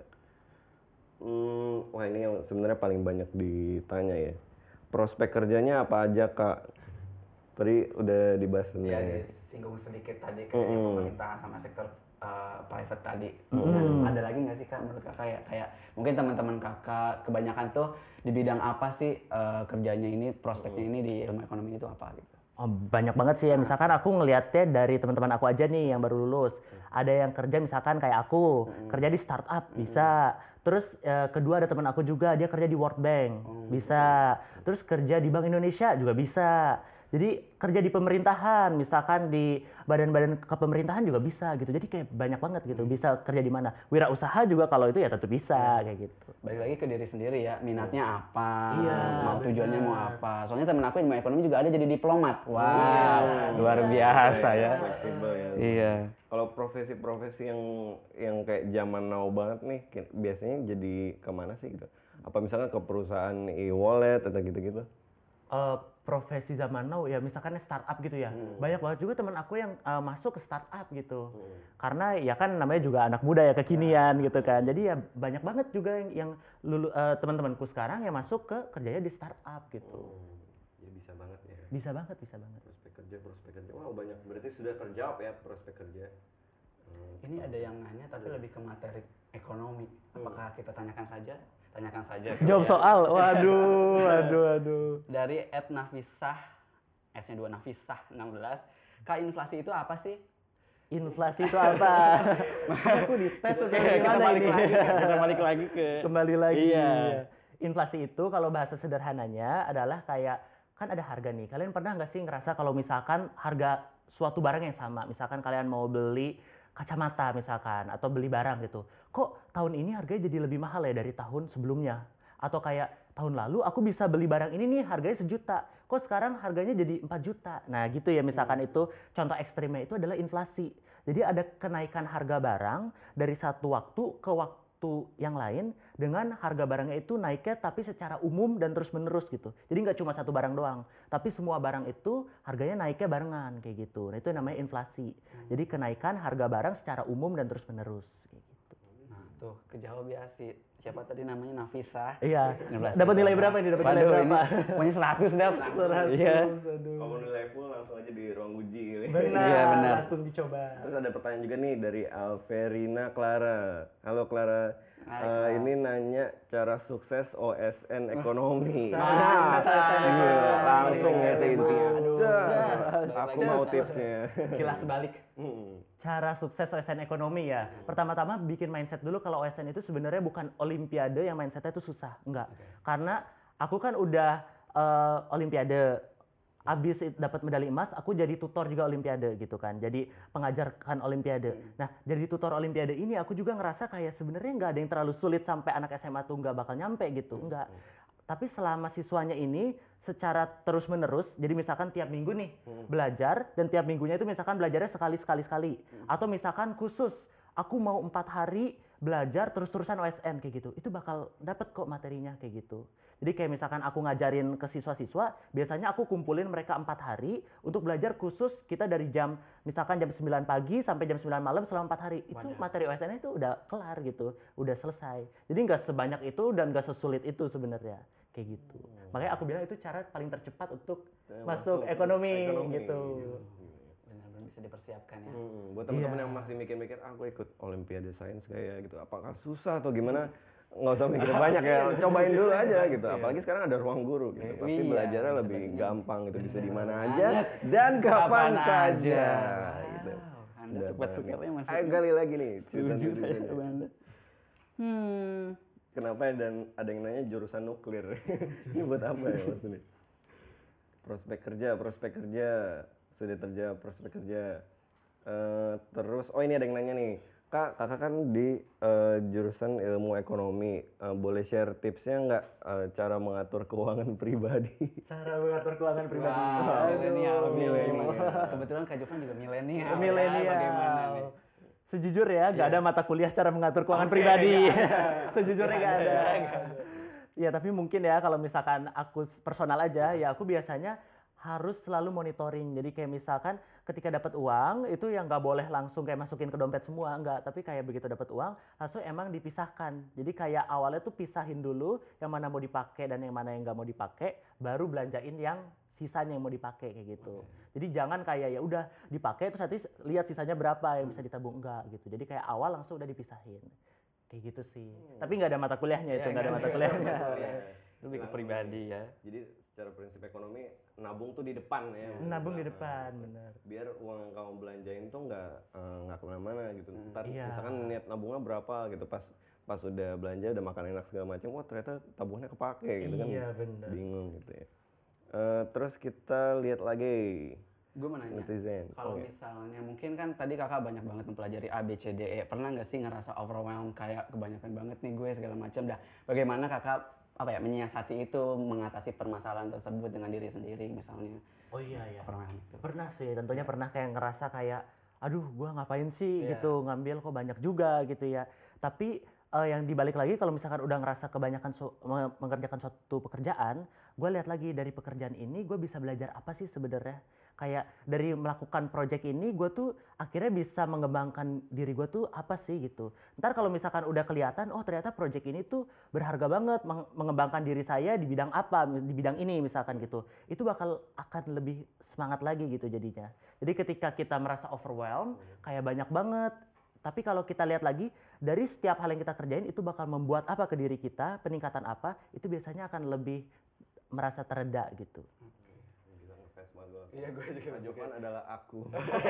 Wah ini yang sebenarnya paling banyak ditanya ya. Prospek kerjanya apa aja Kak? Tadi udah dibahas Ya, sebenarnya. disinggung sedikit tadi kayak pemerintahan sama sektor private tadi. Ada lagi nggak sih Kak menurut Kakak kayak mungkin teman-teman Kakak kebanyakan tuh di bidang apa sih kerjanya ini, prospeknya ini di ilmu ekonomi itu apa gitu? Oh, banyak banget sih ya. Misalkan aku ngelihatnya dari teman-teman aku aja nih yang baru lulus. Ada yang kerja misalkan kayak aku, kerja di startup bisa. Terus kedua ada teman aku juga, dia kerja di World Bank, bisa. Terus kerja di Bank Indonesia juga bisa. Jadi kerja di pemerintahan, misalkan di badan-badan kepemerintahan juga bisa gitu. Jadi kayak banyak banget gitu. Bisa kerja di mana. Wirausaha juga kalau itu ya tentu bisa kayak gitu. Balik lagi ke diri sendiri ya, minatnya apa, Iya, mau tujuannya mau apa. Soalnya temen aku ilmu ekonomi juga ada jadi diplomat. Wow, luar biasa ya. Fleksibel ya. Iya. Kalau profesi-profesi yang kayak zaman now banget nih, biasanya jadi kemana sih gitu? Apa misalnya ke perusahaan e-wallet atau gitu-gitu? profesi zaman now ya misalkan startup gitu ya. Banyak banget juga teman aku yang masuk ke startup gitu. Karena ya kan namanya juga anak muda ya kekinian gitu kan. Jadi ya banyak banget juga yang teman-temanku sekarang yang masuk ke kerjanya di startup gitu. Ya bisa banget ya. Bisa banget, bisa banget. Prospek kerja. Wow, banyak. Berarti sudah terjawab ya prospek kerja. Ini ada yang nanya tapi lebih ke materi ekonomi. Apakah kita tanyakan saja? Tanyakan saja. Jawab soal. Waduh. Dari @nafisah, S-nya 2 Nafisah 16. Kak, inflasi itu apa sih? Inflasi itu apa? Aku dites atau gimana ini? Kita balik lagi ke Kembali lagi. Iya. Inflasi itu kalau bahasa sederhananya adalah kayak kan ada harga nih. Kalian pernah nggak sih ngerasa kalau misalkan harga suatu barang yang sama, misalkan kalian mau beli kacamata misalkan atau beli barang gitu. Kok tahun ini harganya jadi lebih mahal ya dari tahun sebelumnya? Atau kayak tahun lalu aku bisa beli barang ini nih harganya 1 juta. Kok sekarang harganya jadi 4 juta? Nah gitu ya misalkan itu contoh ekstrimnya itu adalah inflasi. Jadi ada kenaikan harga barang dari satu waktu ke waktu yang lain dengan harga barangnya itu naiknya tapi secara umum dan terus menerus gitu. Jadi nggak cuma satu barang doang, tapi semua barang itu harganya naiknya barengan kayak gitu. Nah itu namanya inflasi. Jadi kenaikan harga barang secara umum dan terus menerus kayak gitu. Nah, tuh kejawab ya si siapa tadi namanya Nafisa. Iya. Inflasi Dapat nilai itu berapa apa? ini? Dapat nilai Waduh, berapa? ini pokoknya 100 dap. 100. Iya. Kalau nilai full langsung aja di ruang uji gitu. Benar. Iya, benar. Langsung dicoba. Terus ada pertanyaan juga nih dari Alverina Clara. Halo Clara. Ini nanya cara sukses OSN ekonomi. Langsung ya ke intinya. Aku mau tipsnya. Kilas balik. Cara sukses OSN ekonomi ya. Pertama-tama bikin mindset dulu kalau OSN itu sebenarnya bukan olimpiade yang mindsetnya itu susah. Enggak. Karena aku kan udah olimpiade. Abis dapat medali emas, aku jadi tutor juga olimpiade gitu kan. Jadi pengajarkan olimpiade. Nah, jadi tutor olimpiade ini aku juga ngerasa kayak sebenarnya nggak ada yang terlalu sulit sampai anak SMA tuh nggak bakal nyampe gitu. Enggak. Tapi selama siswanya ini secara terus-menerus, jadi misalkan tiap minggu nih belajar, dan tiap minggunya itu misalkan belajarnya sekali. Atau misalkan khusus, aku mau 4 hari belajar terus-terusan OSN kayak gitu. Itu bakal dapet kok materinya kayak gitu. Jadi kayak misalkan aku ngajarin ke siswa-siswa, biasanya aku kumpulin mereka 4 hari untuk belajar khusus kita dari misalkan jam 9 pagi sampai jam 9 malam selama 4 hari. Itu materi OSN itu udah kelar gitu, udah selesai. Jadi nggak sebanyak itu dan nggak sesulit itu sebenarnya, kayak gitu. Makanya aku bilang itu cara paling tercepat untuk masuk ekonomi gitu. Benar-benar bisa dipersiapkan ya. Buat teman-teman yang masih mikir-mikir, aku ikut Olimpiade Sains kayak gitu, apakah susah atau gimana? Nggak usah mikir banyak ya, cobain dulu aja gitu. Apalagi sekarang ada ruang guru gitu, pasti belajarnya lebih gampang gitu, bisa di mana aja dan kapan saja. Gitu. Anda cepat sekali masuk. Ayo gali lagi nih. Setuju saya sama Anda. Kenapa dan ada yang nanya jurusan nuklir? Ini buat apa ya maksudnya? Prospek kerja sudah terjawab prospek kerja. Terus, ini ada yang nanya nih. Kakak kan di jurusan ilmu ekonomi, boleh share tipsnya nggak cara mengatur keuangan pribadi? Cara mengatur keuangan pribadi. Milenial. Kebetulan Kak Jovan juga milenial. Milenial. Bagaimana nih? Sejujurnya nggak ada mata kuliah cara mengatur keuangan pribadi. Sejujurnya nggak ada. Ya tapi mungkin ya kalau misalkan aku personal aja, ya aku biasanya harus selalu monitoring. Jadi kayak misalkan ketika dapat uang itu yang nggak boleh langsung kayak masukin ke dompet semua, enggak. Tapi kayak begitu dapat uang langsung emang dipisahkan. Jadi kayak awalnya tuh pisahin dulu yang mana mau dipakai dan yang mana yang nggak mau dipakai, baru belanjain yang sisanya yang mau dipakai kayak gitu. Jadi jangan kayak ya udah dipakai terus nanti lihat sisanya berapa yang bisa ditabung, enggak gitu. Jadi kayak awal langsung udah dipisahin. Kayak gitu sih. Tapi nggak ada mata kuliahnya itu, nggak ada mata kuliahnya. Lebih ke pribadi ya. Jadi secara prinsip ekonomi nabung tuh di depan ya. Nabung di depan, benar. Biar uang yang kamu belanjain tuh nggak kemana-mana gitu. Ntar misalkan niat nabungnya berapa gitu, pas udah belanja udah makan enak segala macam, wah ternyata tabungnya kepake gitu kan. Iya benar. Bingung gitu ya. Terus kita lihat lagi. Gue mau nanya, Netizen. kalau misalnya mungkin kan tadi kakak banyak banget mempelajari A, B, C, D, E. Pernah nggak sih ngerasa overwhelmed kayak kebanyakan banget nih gue segala macam. Dah, bagaimana kakak menyiasati itu, mengatasi permasalahan tersebut dengan diri sendiri misalnya? Oh iya. Overwhelmed. Pernah sih, tentunya pernah kayak ngerasa kayak, aduh gua ngapain sih gitu, ngambil kok banyak juga gitu ya. Tapi yang dibalik lagi kalau misalkan udah ngerasa kebanyakan mengerjakan suatu pekerjaan, gue lihat lagi dari pekerjaan ini gue bisa belajar apa sih sebenarnya. Kayak dari melakukan project ini gue tuh akhirnya bisa mengembangkan diri gue tuh apa sih gitu. Ntar kalau misalkan udah kelihatan, oh ternyata project ini tuh berharga banget mengembangkan diri saya di bidang apa, di bidang ini misalkan gitu. Itu akan lebih semangat lagi gitu jadinya. Jadi ketika kita merasa overwhelmed, kayak banyak banget. Tapi kalau kita lihat lagi, dari setiap hal yang kita kerjain itu bakal membuat apa ke diri kita, peningkatan apa, itu biasanya akan lebih merasa tereda gitu. Iya, gue juga. Kak Jovan adalah aku.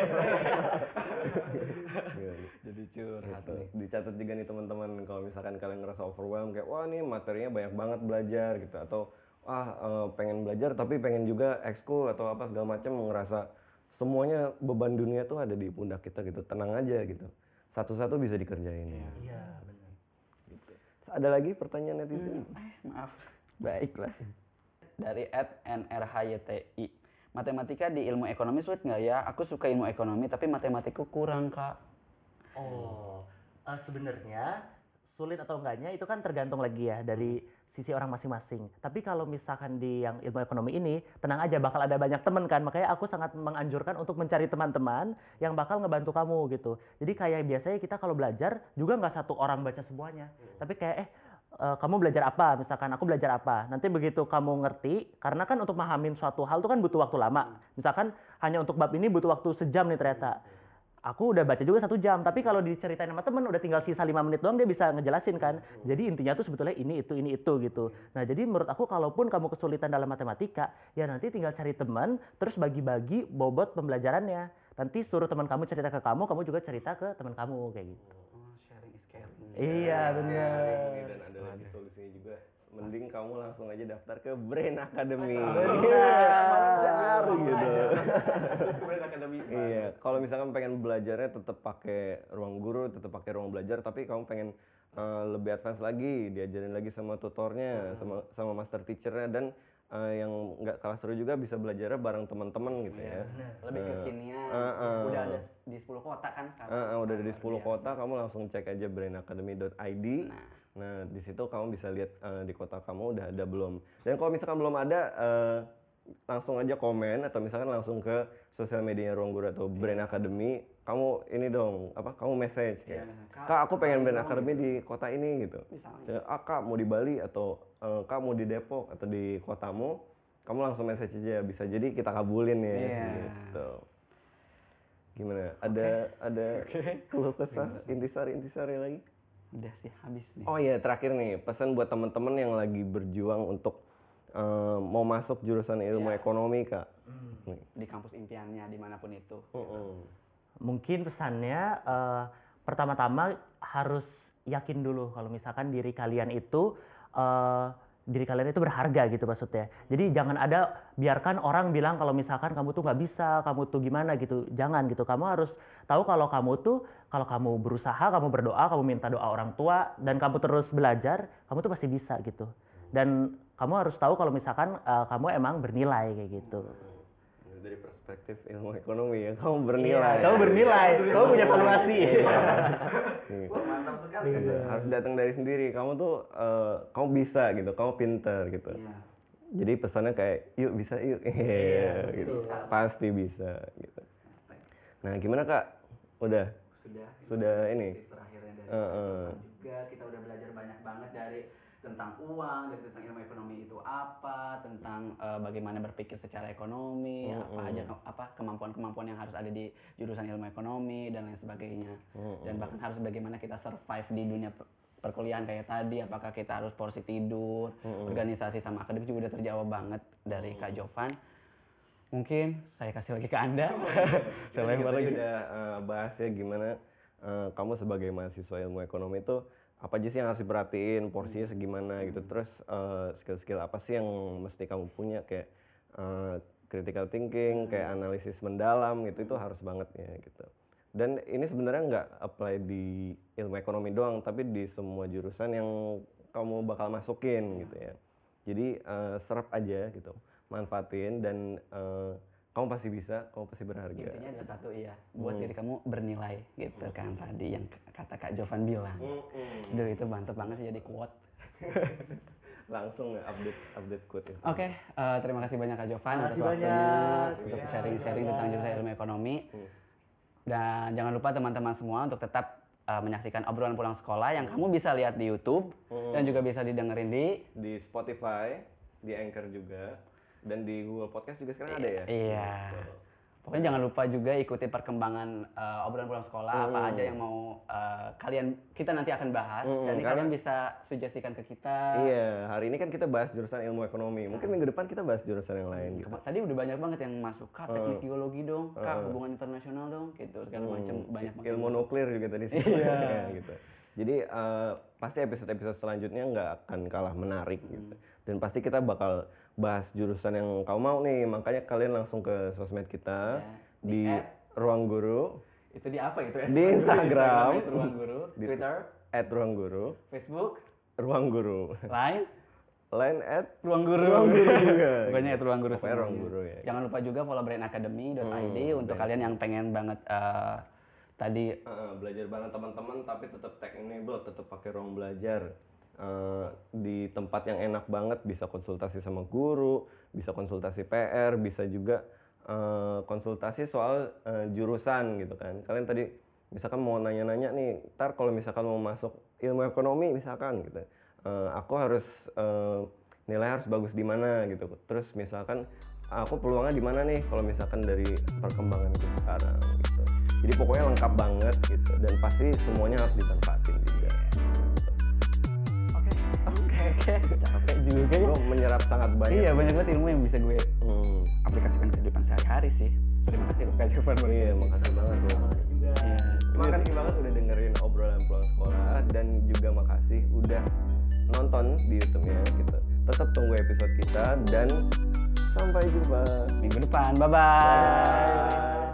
Jadi curhat Gitu. nih. Dicatat juga nih teman-teman kalau misalkan kalian ngerasa overwhelmed kayak wah nih materinya banyak banget belajar gitu atau pengen belajar tapi pengen juga ekskul atau apa segala macam ngerasa semuanya beban dunia tuh ada di pundak kita gitu. Tenang aja gitu. Satu-satu bisa dikerjain. Iya, benar. Gitu. Ada lagi pertanyaan netizen? Maaf. Baiklah. Dari @nrhyti. Matematika di ilmu ekonomi sulit nggak ya? Aku suka ilmu ekonomi tapi matematikku kurang, Kak. Oh, sebenarnya sulit atau enggaknya itu kan tergantung lagi ya dari sisi orang masing-masing. Tapi kalau misalkan di yang ilmu ekonomi ini, tenang aja bakal ada banyak teman kan. Makanya aku sangat menganjurkan untuk mencari teman-teman yang bakal ngebantu kamu gitu. Jadi kayak biasanya kita kalau belajar juga nggak satu orang baca semuanya. Tapi kayak kamu belajar apa? Misalkan aku belajar apa. Nanti begitu kamu ngerti, karena kan untuk memahami suatu hal itu kan butuh waktu lama. Misalkan hanya untuk bab ini butuh waktu sejam nih ternyata. Aku udah baca juga 1 jam, tapi kalau diceritain sama temen udah tinggal sisa 5 menit doang dia bisa ngejelasin kan. Jadi intinya tuh sebetulnya ini itu gitu. Nah jadi menurut aku kalaupun kamu kesulitan dalam matematika, ya nanti tinggal cari teman, terus bagi-bagi bobot pembelajarannya. Nanti suruh teman kamu cerita ke kamu juga cerita ke teman kamu kayak gitu. Oh, sharing is caring. Iya benar. Dan ada lagi solusinya juga. Mending kamu langsung aja daftar ke Brain Academy. Benar gitu. Brain Academy. Iya, kalau misalkan pengen belajarnya tetap pakai ruang guru, tetap pakai ruang belajar, tapi kamu pengen lebih advance lagi, diajarin lagi sama tutornya, sama master teachernya, dan yang nggak kalah seru juga bisa belajarnya bareng teman-teman gitu ya. Lebih kekinian. Udah ada di 10 kota kan sekarang. Udah ada di 10 kota, kamu langsung cek aja brainacademy.id. Nah, di situ kamu bisa lihat di kota kamu udah ada belum. Dan kalau misalkan belum ada, langsung aja komen atau misalkan langsung ke sosial medianya Ruang Guru atau Brain Academy. Kamu ini dong, kamu message kayak, Kak aku pengen Brain Academy di kota ini gitu. Misalnya, Kak mau di Bali atau Kak mau di Depok atau di kotamu, kamu langsung message aja, bisa jadi kita kabulin ya. Gitu. Gimana? Ada keluh kesah, intisari lagi? Udah sih habis nih. Oh iya, terakhir nih, pesan buat teman-teman yang lagi berjuang untuk mau masuk jurusan ilmu ekonomi, Kak. Di kampus impiannya dimanapun itu. Mungkin pesannya pertama-tama harus yakin dulu kalau misalkan diri kalian itu berharga gitu maksudnya. Jadi jangan ada biarkan orang bilang kalau misalkan kamu tuh nggak bisa, kamu tuh gimana gitu. Jangan gitu. Kamu harus tahu kalau kamu berusaha, kamu berdoa, kamu minta doa orang tua dan kamu terus belajar, kamu tuh pasti bisa gitu. Dan kamu harus tahu kalau misalkan kamu emang bernilai kayak gitu. Dari perspektif ilmu ekonomi ya, kamu bernilai. Kamu bernilai, kamu punya valuasi. Mantap sekali. Harus datang dari sendiri. Kamu tuh kamu bisa gitu, kamu pinter gitu. Jadi pesannya kayak yuk bisa yuk. Gitu. Pasti bisa gitu. Nah, gimana Kak? Udah ini. Terakhirnya dari Kak Jovan juga kita udah belajar banyak banget dari tentang uang, dari tentang ilmu ekonomi itu apa, tentang bagaimana berpikir secara ekonomi, apa kemampuan-kemampuan yang harus ada di jurusan ilmu ekonomi dan lain sebagainya. Dan bahkan harus bagaimana kita survive di dunia perkuliahan kayak tadi, apakah kita harus porsi tidur, organisasi sama akademik juga udah terjawab banget dari Kak Jovan. Mungkin saya kasih lagi ke Anda. Saya lagi udah bahas ya gimana kamu sebagai mahasiswa ilmu ekonomi itu apa aja sih yang harus diperhatiin, porsinya segimana gitu. Terus skill-skill apa sih yang mesti kamu punya kayak critical thinking, kayak analisis mendalam gitu, itu harus banget ya gitu. Dan ini sebenarnya nggak apply di ilmu ekonomi doang, tapi di semua jurusan yang kamu bakal masukin gitu ya. Jadi serap aja gitu, manfaatin dan kamu pasti bisa, kamu pasti berharga. Intinya adalah satu buat diri kamu bernilai gitu kan tadi yang kata Kak Jovan bilang. Duh, itu mantep banget sih jadi quote. Langsung update quote ya. Oke, terima kasih banyak Kak Jovan atas Makasih waktunya banyak. untuk sharing-sharing tentang jurusan ilmu ekonomi. Dan jangan lupa teman-teman semua untuk tetap menyaksikan obrolan pulang sekolah yang kamu bisa lihat di YouTube dan juga bisa didengerin di Spotify, di Anchor juga, dan di Google Podcast juga sekarang ada ya. Iya. Pokoknya jangan lupa juga ikuti perkembangan obrolan pulang sekolah apa aja yang mau kita nanti akan bahas dan ini kalian bisa sugestikan ke kita. Iya, hari ini kan kita bahas jurusan ilmu ekonomi. Mungkin minggu depan kita bahas jurusan yang lain gitu. Tadi udah banyak banget yang masuk, Kak, teknik geologi dong, Kak, hubungan internasional dong, gitu segala macam banyak banget. Ilmu nuklir juga tadi sih. Iya. Gitu. Jadi pasti episode-episode selanjutnya nggak akan kalah menarik gitu. Dan pasti kita bakal bahas jurusan yang kau mau nih, makanya kalian langsung ke sosmed kita di Ruang Guru. Itu di apa itu? Di Instagram, Ruang Guru, Twitter, @ruangguru, Facebook, Ruang Guru, Line, Ruang Guru juga. Pokoknya Ruang Guru Pokoknya Ruang semuanya. Guru ya. Jangan lupa juga follow brandacademy.id untuk kalian yang pengen banget tadi Belajar bareng teman-teman tapi tetap tech enabled, tetap pakai ruang belajar. Di tempat yang enak banget, bisa konsultasi sama guru, bisa konsultasi PR, bisa juga konsultasi soal jurusan gitu kan. Kalian tadi misalkan mau nanya-nanya nih, ntar kalau misalkan mau masuk ilmu ekonomi misalkan gitu, aku harus nilai harus bagus di mana gitu. Terus misalkan aku peluangnya di mana nih kalau misalkan dari perkembangan itu sekarang gitu. Jadi pokoknya lengkap banget gitu dan pasti semuanya harus dimanfaatin juga. Oke, capek juga ya. Lo menyerap sangat banyak. Iya, banyak banget ilmu yang bisa gue aplikasikan ke kehidupan sehari-hari sih. Terima kasih loh Kak Jovan. Iya, makasih banget lo. Makasih juga. Iya. Makasih banget udah dengerin obrolan pulang sekolah dan juga makasih udah nonton di YouTube-nya gitu. Tetap tunggu episode kita dan sampai jumpa Minggu depan. Bye-bye.